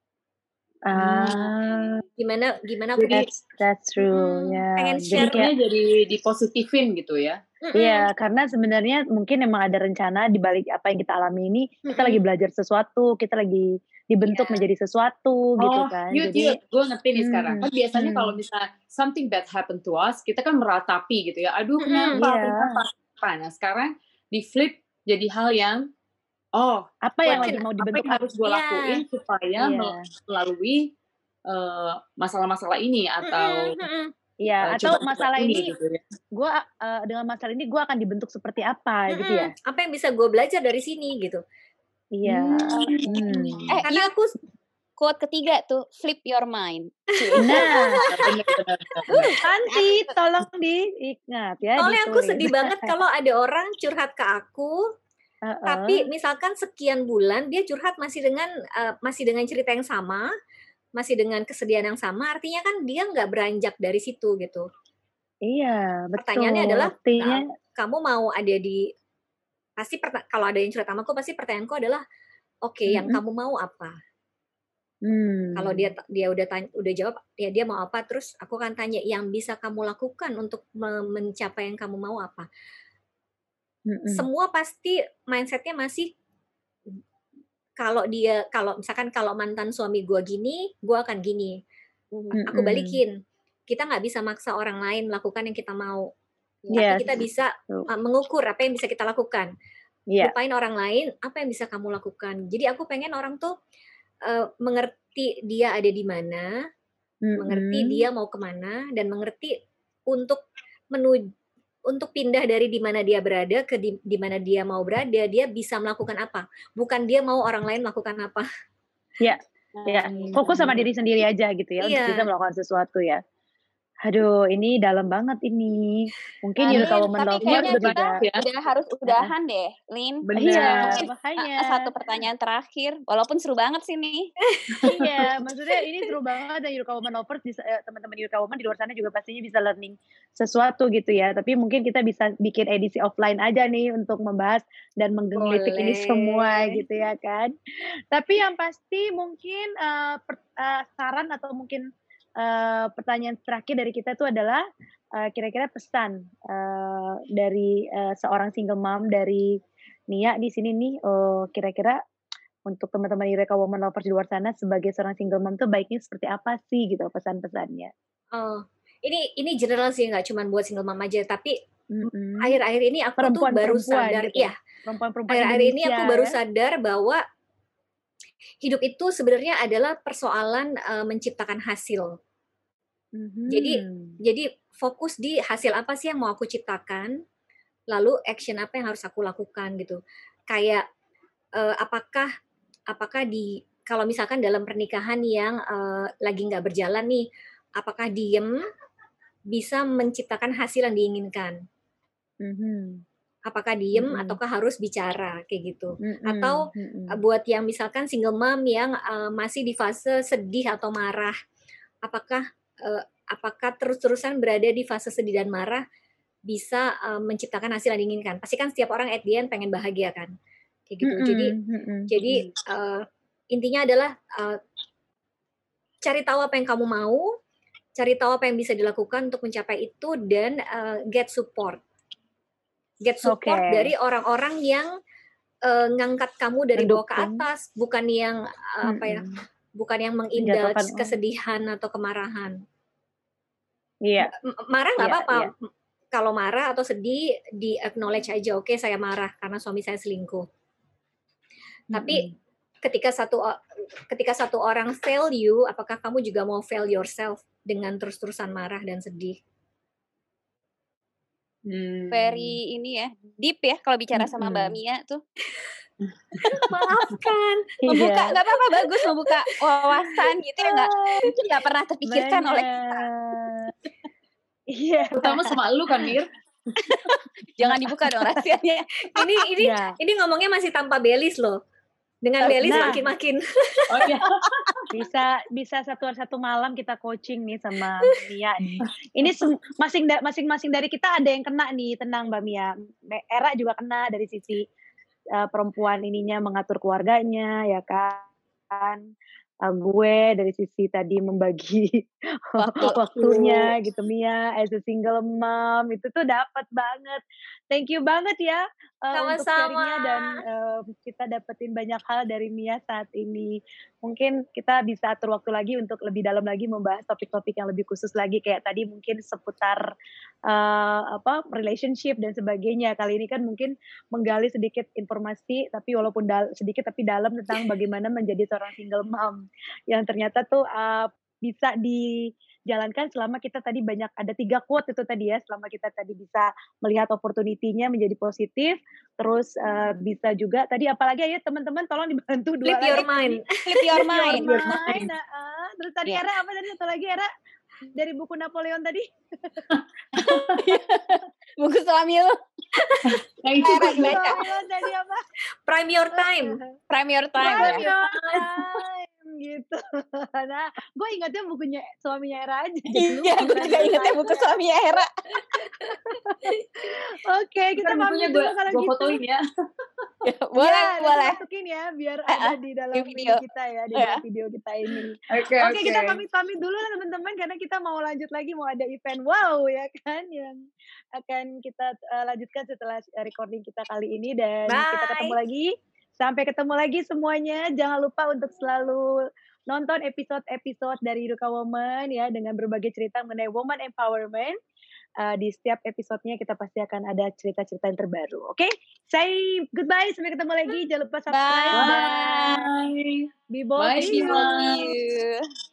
Ah, Gimana gimana aku Jadi that's that's true. mm, Ya, pengen jadi share. kayak jadinya jadi dipositifin gitu ya. iya, Mm-mm, karena sebenarnya mungkin emang ada rencana di balik apa yang kita alami ini, kita lagi mm-mm. belajar sesuatu, kita lagi dibentuk Iya. menjadi sesuatu gitu Oh, kan. yud, Jadi yud, gue ngerti nih sekarang. hmm, Kan biasanya kalau hmm, misalnya something bad happen to us, kita kan meratapi gitu ya. Aduh, Mm-mm. kenapa, iya. kenapa, kenapa. Nah, sekarang di flip jadi hal yang, oh, Apa yang What lagi can mau apa dibentuk yang harus gue Iya. lakuin supaya Iya. mel- melalui eh, masalah-masalah ini atau Mm-mm, mm-mm, Iya, eh, atau coba-coba masalah ini ini gitu ya. gue uh, dengan masalah ini gue akan dibentuk seperti apa gitu ya. mm-mm. Apa yang bisa gue belajar dari sini gitu? Iya. Oke. Hmm. Eh, Karena yuk, aku quote ketiga tuh, flip your mind. Cie. Nah, Benar-benar. nanti tolong diingat ya, soalnya aku ditulis. sedih banget kalau ada orang curhat ke aku, Uh-uh. tapi misalkan sekian bulan dia curhat masih dengan eh, masih dengan cerita yang sama, masih dengan kesedihan yang sama, artinya kan dia nggak beranjak dari situ gitu. Iya, Pertanyaannya betul. adalah, Artinya, nah, kamu mau ada di pasti perta- kalau ada yang curhat sama aku, pasti pertanyaanku adalah, oke, yang mm-mm. kamu mau apa? Hmm. Kalau dia dia udah tanya, udah jawab, ya dia mau apa, terus aku akan tanya, yang bisa kamu lakukan untuk me- mencapai yang kamu mau apa? Mm-mm. Semua pasti mindsetnya masih, kalau dia kalau misalkan kalau mantan suami gue gini, gue akan gini. Aku Mm-mm. balikin. Kita nggak bisa maksa orang lain melakukan yang kita mau. Tapi Yes. kita bisa True. uh, mengukur apa yang bisa kita lakukan. Iya. Lupain orang lain, apa yang bisa kamu lakukan. Jadi aku pengen orang tuh uh, mengerti dia ada di mana, Mm-mm. mengerti dia mau kemana, dan mengerti untuk menuju untuk pindah dari di mana dia berada ke di, di mana dia mau berada, dia bisa melakukan apa. Bukan dia mau orang lain melakukan apa. Iya. Ya, fokus sama diri sendiri aja gitu ya, untuk Iya. bisa melakukan sesuatu ya. Aduh, ini dalam banget ini. Mungkin Nah, Eureka Lin, Woman tapi Lovers kayaknya juga. kita ya. udah harus udahan deh, Lin. Bener. Iya, Mungkin makanya. uh, satu pertanyaan terakhir, walaupun seru banget sih nih. Iya, maksudnya ini seru banget, dan Eureka Woman Lovers bisa, eh, teman-teman Eureka Woman di luar sana juga pastinya bisa learning sesuatu gitu ya. Tapi mungkin kita bisa bikin edisi offline aja nih untuk membahas dan menggelitik ini Boleh. semua gitu ya kan. Tapi yang pasti mungkin uh, per, uh, saran atau mungkin uh, pertanyaan terakhir dari kita itu adalah uh, kira-kira pesan uh, dari uh, seorang single mom dari Nia di sini nih, uh, kira-kira untuk teman-teman Eureka Woman Lovers di luar sana sebagai seorang single mom tuh baiknya seperti apa sih gitu pesan-pesannya? Oh, ini ini general sih, nggak cuma buat single mom aja, tapi Mm-mm. akhir-akhir ini aku tuh baru Perempuan-perempuan sadar, gitu. ya, Perempuan-perempuan akhir-akhir ini aku Indonesia baru ya. sadar bahwa hidup itu sebenarnya adalah persoalan uh, menciptakan hasil. Mhm. Jadi jadi fokus di hasil apa sih yang mau aku ciptakan, lalu action apa yang harus aku lakukan gitu. Kayak uh, apakah apakah di kalau misalkan dalam pernikahan yang uh, lagi nggak berjalan nih, apakah diem bisa menciptakan hasil yang diinginkan? Mhm. Apakah diem Mm-mm. ataukah harus bicara kayak gitu? Mm-mm. Atau Mm-mm. uh, buat yang misalkan single mom yang uh, masih di fase sedih atau marah, apakah uh, apakah terus-terusan berada di fase sedih dan marah bisa uh, menciptakan hasil yang diinginkan? Pasti kan setiap orang at the end pengen bahagia kan, kayak gitu. Mm-mm. Jadi Mm-mm. jadi uh, intinya adalah uh, cari tahu apa yang kamu mau, cari tahu apa yang bisa dilakukan untuk mencapai itu, dan uh, get support. Get support Oke. dari orang-orang yang uh, ngangkat kamu dari bawah ke Mendukung. atas, bukan yang uh, apa ya, Mm-mm. bukan yang Menjatuhkan mengindulge orang. kesedihan atau kemarahan. Iya. M- Marah nggak Iya, apa-apa. iya. Kalau marah atau sedih, di acknowledge aja. Oke, saya marah karena suami saya selingkuh. Tapi Mm-mm. ketika satu o- ketika satu orang fail you, apakah kamu juga mau fail yourself dengan terus-terusan marah dan sedih? Hmm. Very ini ya, deep ya kalau bicara sama Mbak Mm-mm. Mia tuh. Maafkan. Membuka, Iya. nggak apa-apa, bagus membuka wawasan gitu ya, nggak mungkin nggak pernah terpikirkan oleh kita. Bener. Iya. Terutama sama lu kan, Mir. Jangan dibuka dong rahasianya. Ini ini Ya. ini ngomongnya masih tanpa Belis loh. Dengan Belis Nah. makin-makin. Oh iya. Bisa bisa satu satu malam kita coaching nih sama Mia nih. Ini sem- masing da- masing-masing dari kita ada yang kena nih, tenang Mbak Mia. Me- Era juga kena dari sisi uh, perempuan ininya mengatur keluarganya ya kan. Uh, gue dari sisi tadi membagi Waktu. waktunya gitu Mia as a single mom itu tuh dapat banget. Thank you banget ya uh, untuk Sama-sama. sharingnya dan uh, kita dapetin banyak hal dari Mia saat ini. Mungkin kita bisa atur waktu lagi untuk lebih dalam lagi membahas topik-topik yang lebih khusus lagi kayak tadi mungkin seputar uh, apa relationship dan sebagainya. Kali ini kan mungkin menggali sedikit informasi tapi walaupun dal- sedikit tapi dalam tentang bagaimana menjadi seorang single mom yang ternyata tuh uh, bisa dijalankan selama kita tadi banyak ada tiga quote itu tadi ya, selama kita tadi bisa melihat opportunity-nya menjadi positif, terus uh, bisa juga tadi apalagi ya teman-teman tolong dibantu dua Flip your lagi mind. Flip your your mind. mind. Nah, ah. Terus tadi Ya. Era apa tadi satu lagi Era dari buku Napoleon tadi? Buku suami lu, Nah itu Era gue juga. dibaca. Napoleon tadi apa? Prime your time. Prime your time Prime ya. your time gitu. Nah, gue ingatnya bukunya suaminya Era aja. jadi Iya, lupa gue Prime juga Your ingetnya Time. buku suaminya Era. Oke, kita Ntar bukunya pamit gue dulu kalau gue gitu. fotoin ya. Boleh, Ya, nanti boleh. masukin ya biar Eh, ada eh, di dalam di ini video. kita ya, di Ya. dalam video kita ini. Oke Oke, oke. kita pamit-pamit dulu lah teman-teman karena kita mau lanjut lagi mau ada event wow ya kan yang akan kita uh, lanjutkan setelah recording kita kali ini dan kita ketemu Bye. lagi. Sampai ketemu lagi semuanya. Jangan lupa untuk selalu nonton episode-episode dari Yuruka Woman ya dengan berbagai cerita mengenai woman empowerment. Uh, di setiap episodenya kita pasti akan ada cerita-cerita yang terbaru. Oke, say goodbye. Sampai ketemu lagi. Jangan lupa subscribe. Bye. Bye. Be bold. Bye, See you. Shima. See you.